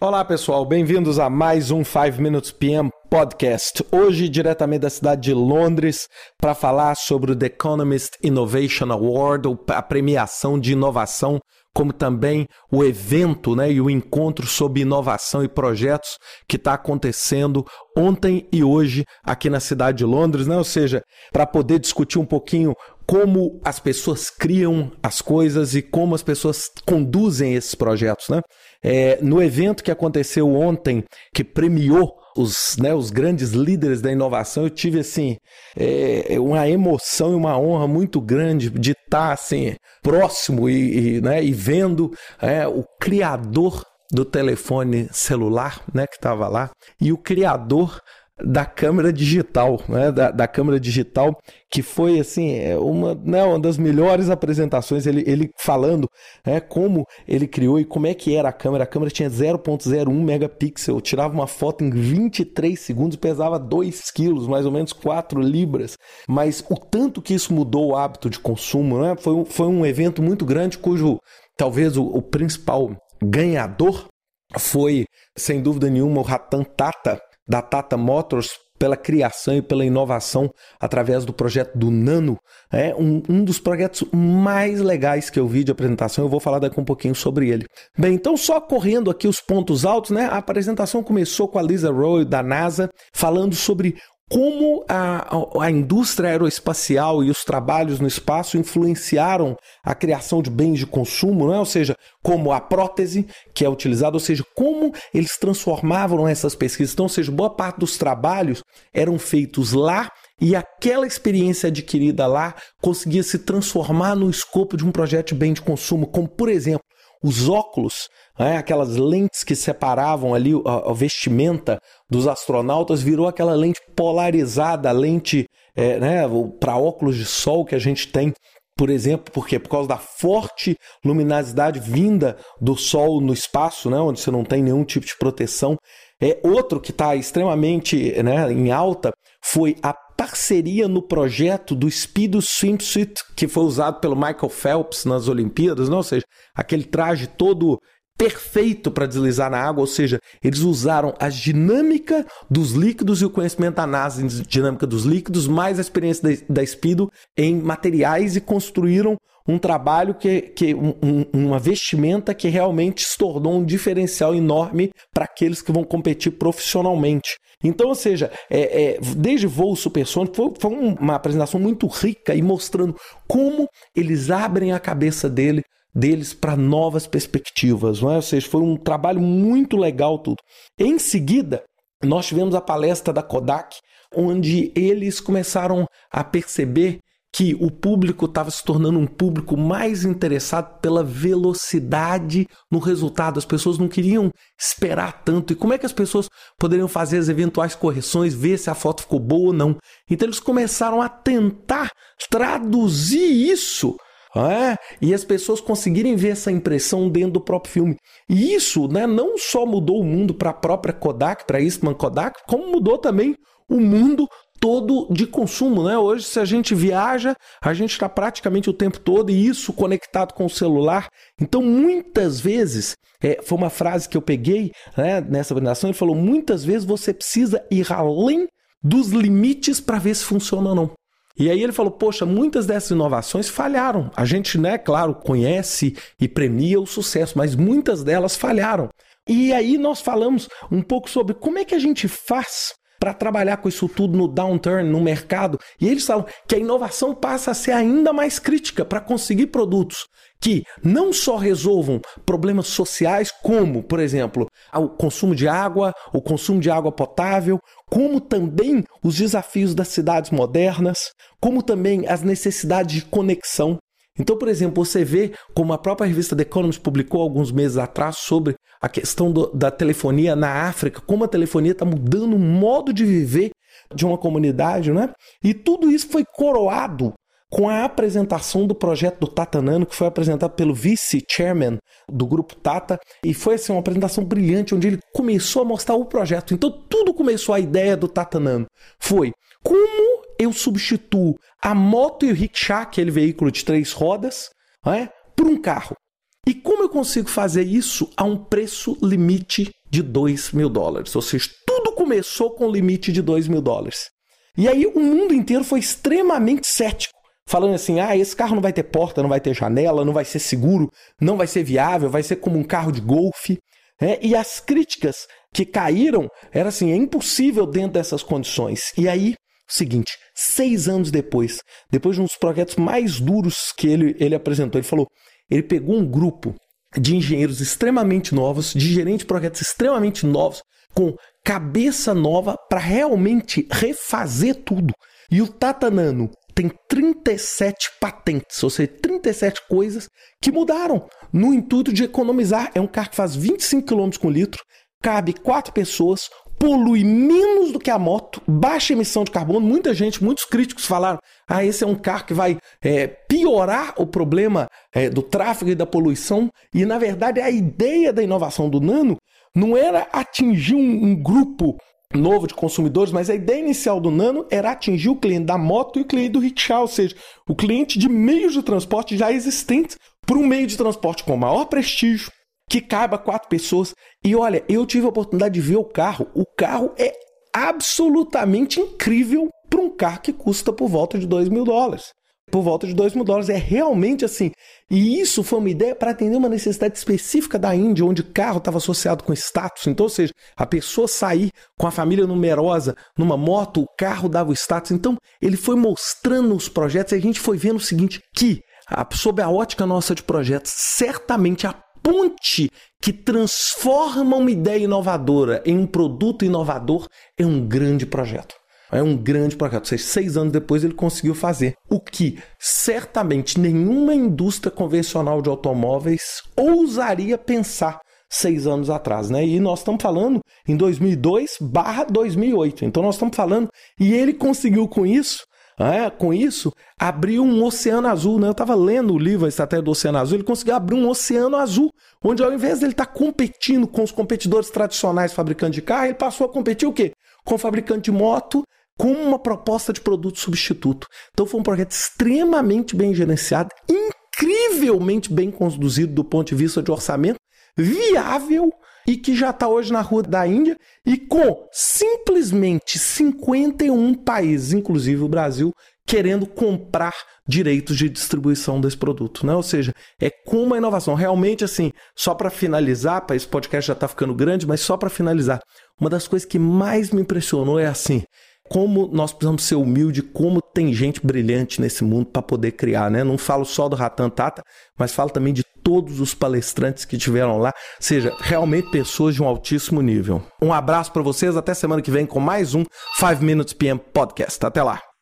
Olá pessoal, bem-vindos a mais um 5 Minutes PM Podcast. Hoje diretamente da cidade de Londres para falar sobre o The Economist Innovation Award, a premiação de inovação, como também o evento, e o encontro sobre inovação e projetos que está acontecendo ontem e hoje aqui na cidade de Londres, Ou seja, para poder discutir um pouquinho como as pessoas criam as coisas e como as pessoas conduzem esses projetos, No evento que aconteceu ontem, que premiou os grandes líderes da inovação, eu tive uma emoção e uma honra muito grande de estar próximo e vendo o criador do telefone celular, que estava lá, e o criador da câmera digital, da câmera digital, que foi uma das melhores apresentações, ele falando como ele criou e como é que era a câmera tinha 0.01 megapixel, tirava uma foto em 23 segundos, pesava 2 quilos, mais ou menos 4 libras, mas o tanto que isso mudou o hábito de consumo, foi um evento muito grande, cujo talvez o principal ganhador foi, sem dúvida nenhuma, o Ratan Tata, da Tata Motors, pela criação e pela inovação através do projeto do Nano. Um dos projetos mais legais que eu vi de apresentação. Eu vou falar daqui um pouquinho sobre ele. Bem, então só correndo aqui os pontos altos, a apresentação começou com a Lisa Rowe da NASA falando sobre como a indústria aeroespacial e os trabalhos no espaço influenciaram a criação de bens de consumo, Ou seja, como a prótese que é utilizada, ou seja, como eles transformavam essas pesquisas. Então, ou seja, boa parte dos trabalhos eram feitos lá e aquela experiência adquirida lá conseguia se transformar no escopo de um projeto de bem de consumo, como, por exemplo, os óculos, aquelas lentes que separavam ali a vestimenta dos astronautas, virou aquela lente polarizada, a lente para óculos de sol que a gente tem, por exemplo, por causa da forte luminosidade vinda do sol no espaço, onde você não tem nenhum tipo de proteção. Outro que está extremamente em alta foi a parceria no projeto do Speedo Swimsuit, que foi usado pelo Michael Phelps nas Olimpíadas, Ou seja, aquele traje todo perfeito para deslizar na água, ou seja, eles usaram a dinâmica dos líquidos e o conhecimento da NASA em dinâmica dos líquidos, mais a experiência da Speedo em materiais e construíram um trabalho uma vestimenta que realmente se tornou um diferencial enorme para aqueles que vão competir profissionalmente. Então, ou seja, desde voo supersônico, foi uma apresentação muito rica e mostrando como eles abrem a cabeça deles para novas perspectivas, Ou seja, foi um trabalho muito legal tudo. Em seguida, nós tivemos a palestra da Kodak, onde eles começaram a perceber que o público estava se tornando um público mais interessado pela velocidade no resultado. As pessoas não queriam esperar tanto. E como é que as pessoas poderiam fazer as eventuais correções, ver se a foto ficou boa ou não? Então eles começaram a tentar traduzir isso, e as pessoas conseguirem ver essa impressão dentro do próprio filme. E isso não só mudou o mundo para a própria Kodak, para a Eastman Kodak, como mudou também o mundo todo de consumo, Hoje, se a gente viaja, a gente está praticamente o tempo todo, e isso conectado com o celular. Então, muitas vezes, foi uma frase que eu peguei nessa apresentação, ele falou, muitas vezes você precisa ir além dos limites para ver se funciona ou não. E aí ele falou, poxa, muitas dessas inovações falharam. A gente, claro, conhece e premia o sucesso, mas muitas delas falharam. E aí nós falamos um pouco sobre como é que a gente faz para trabalhar com isso tudo no downturn, no mercado. E eles falam que a inovação passa a ser ainda mais crítica para conseguir produtos que não só resolvam problemas sociais, como, por exemplo, o consumo de água potável, como também os desafios das cidades modernas, como também as necessidades de conexão. Então, por exemplo, você vê como a própria revista The Economist publicou alguns meses atrás sobre a questão da telefonia na África, como a telefonia está mudando o modo de viver de uma comunidade, E tudo isso foi coroado com a apresentação do projeto do Tata Nano, que foi apresentado pelo vice-chairman do grupo Tata, e foi uma apresentação brilhante, onde ele começou a mostrar o projeto. Então tudo começou, a ideia do Tata Nano foi como eu substituo a moto e o rickshaw, aquele veículo de 3 rodas, por um carro. E como eu consigo fazer isso a um preço limite de $2.000. Ou seja, tudo começou com o limite de $2.000. E aí o mundo inteiro foi extremamente cético, falando assim, esse carro não vai ter porta, não vai ter janela, não vai ser seguro, não vai ser viável, vai ser como um carro de golfe. E as críticas que caíram era assim, é impossível dentro dessas condições. E aí, o seguinte, 6 anos depois de uns projetos mais duros que ele apresentou, ele pegou um grupo de engenheiros extremamente novos, de gerentes de projetos extremamente novos, com cabeça nova para realmente refazer tudo. E o Tata Nano tem 37 patentes, ou seja, 37 coisas que mudaram no intuito de economizar. É um carro que faz 25 km com litro, cabe 4 pessoas, polui menos do que a moto, baixa emissão de carbono. Muitos críticos falaram, esse é um carro que vai piorar o problema do tráfego e da poluição. E, na verdade, a ideia da inovação do Nano não era atingir um grupo novo de consumidores, mas a ideia inicial do Nano era atingir o cliente da moto e o cliente do rickshaw, ou seja, o cliente de meios de transporte já existentes por um meio de transporte com maior prestígio, que caiba 4 pessoas. E olha, eu tive a oportunidade de ver o carro. O carro é absolutamente incrível para um carro que custa por volta de $2.000. Por volta de $2.000. É realmente assim. E isso foi uma ideia para atender uma necessidade específica da Índia, onde carro estava associado com status. Então, ou seja, a pessoa sair com a família numerosa numa moto, o carro dava o status. Então, ele foi mostrando os projetos e a gente foi vendo o seguinte, que, sob a ótica nossa de projetos, certamente a ponte que transforma uma ideia inovadora em um produto inovador é um grande projeto. É um grande projeto. Ou seja, 6 anos depois ele conseguiu fazer o que certamente nenhuma indústria convencional de automóveis ousaria pensar 6 anos atrás, né? E nós estamos falando em 2002/2008. Então nós estamos falando, e ele conseguiu com isso abrir um oceano azul, né? Eu estava lendo o livro A Estratégia do Oceano Azul, ele conseguiu abrir um oceano azul, onde ao invés de ele estar competindo com os competidores tradicionais fabricantes de carro, ele passou a competir o quê? Com o fabricante de moto, com uma proposta de produto substituto. Então foi um projeto extremamente bem gerenciado, incrivelmente bem conduzido do ponto de vista de orçamento, viável e que já está hoje na rua da Índia e com simplesmente 51 países, inclusive o Brasil, querendo comprar direitos de distribuição desse produto, né? Ou seja, é com uma inovação. Realmente, assim, só para finalizar, esse podcast já está ficando grande, mas só para finalizar, uma das coisas que mais me impressionou é assim, como nós precisamos ser humildes, como tem gente brilhante nesse mundo para poder criar, né? Não falo só do Ratan Tata, mas falo também de todos os palestrantes que tiveram lá, ou seja, realmente pessoas de um altíssimo nível. Um abraço para vocês, até semana que vem com mais um 5 Minutes PM Podcast. Até lá!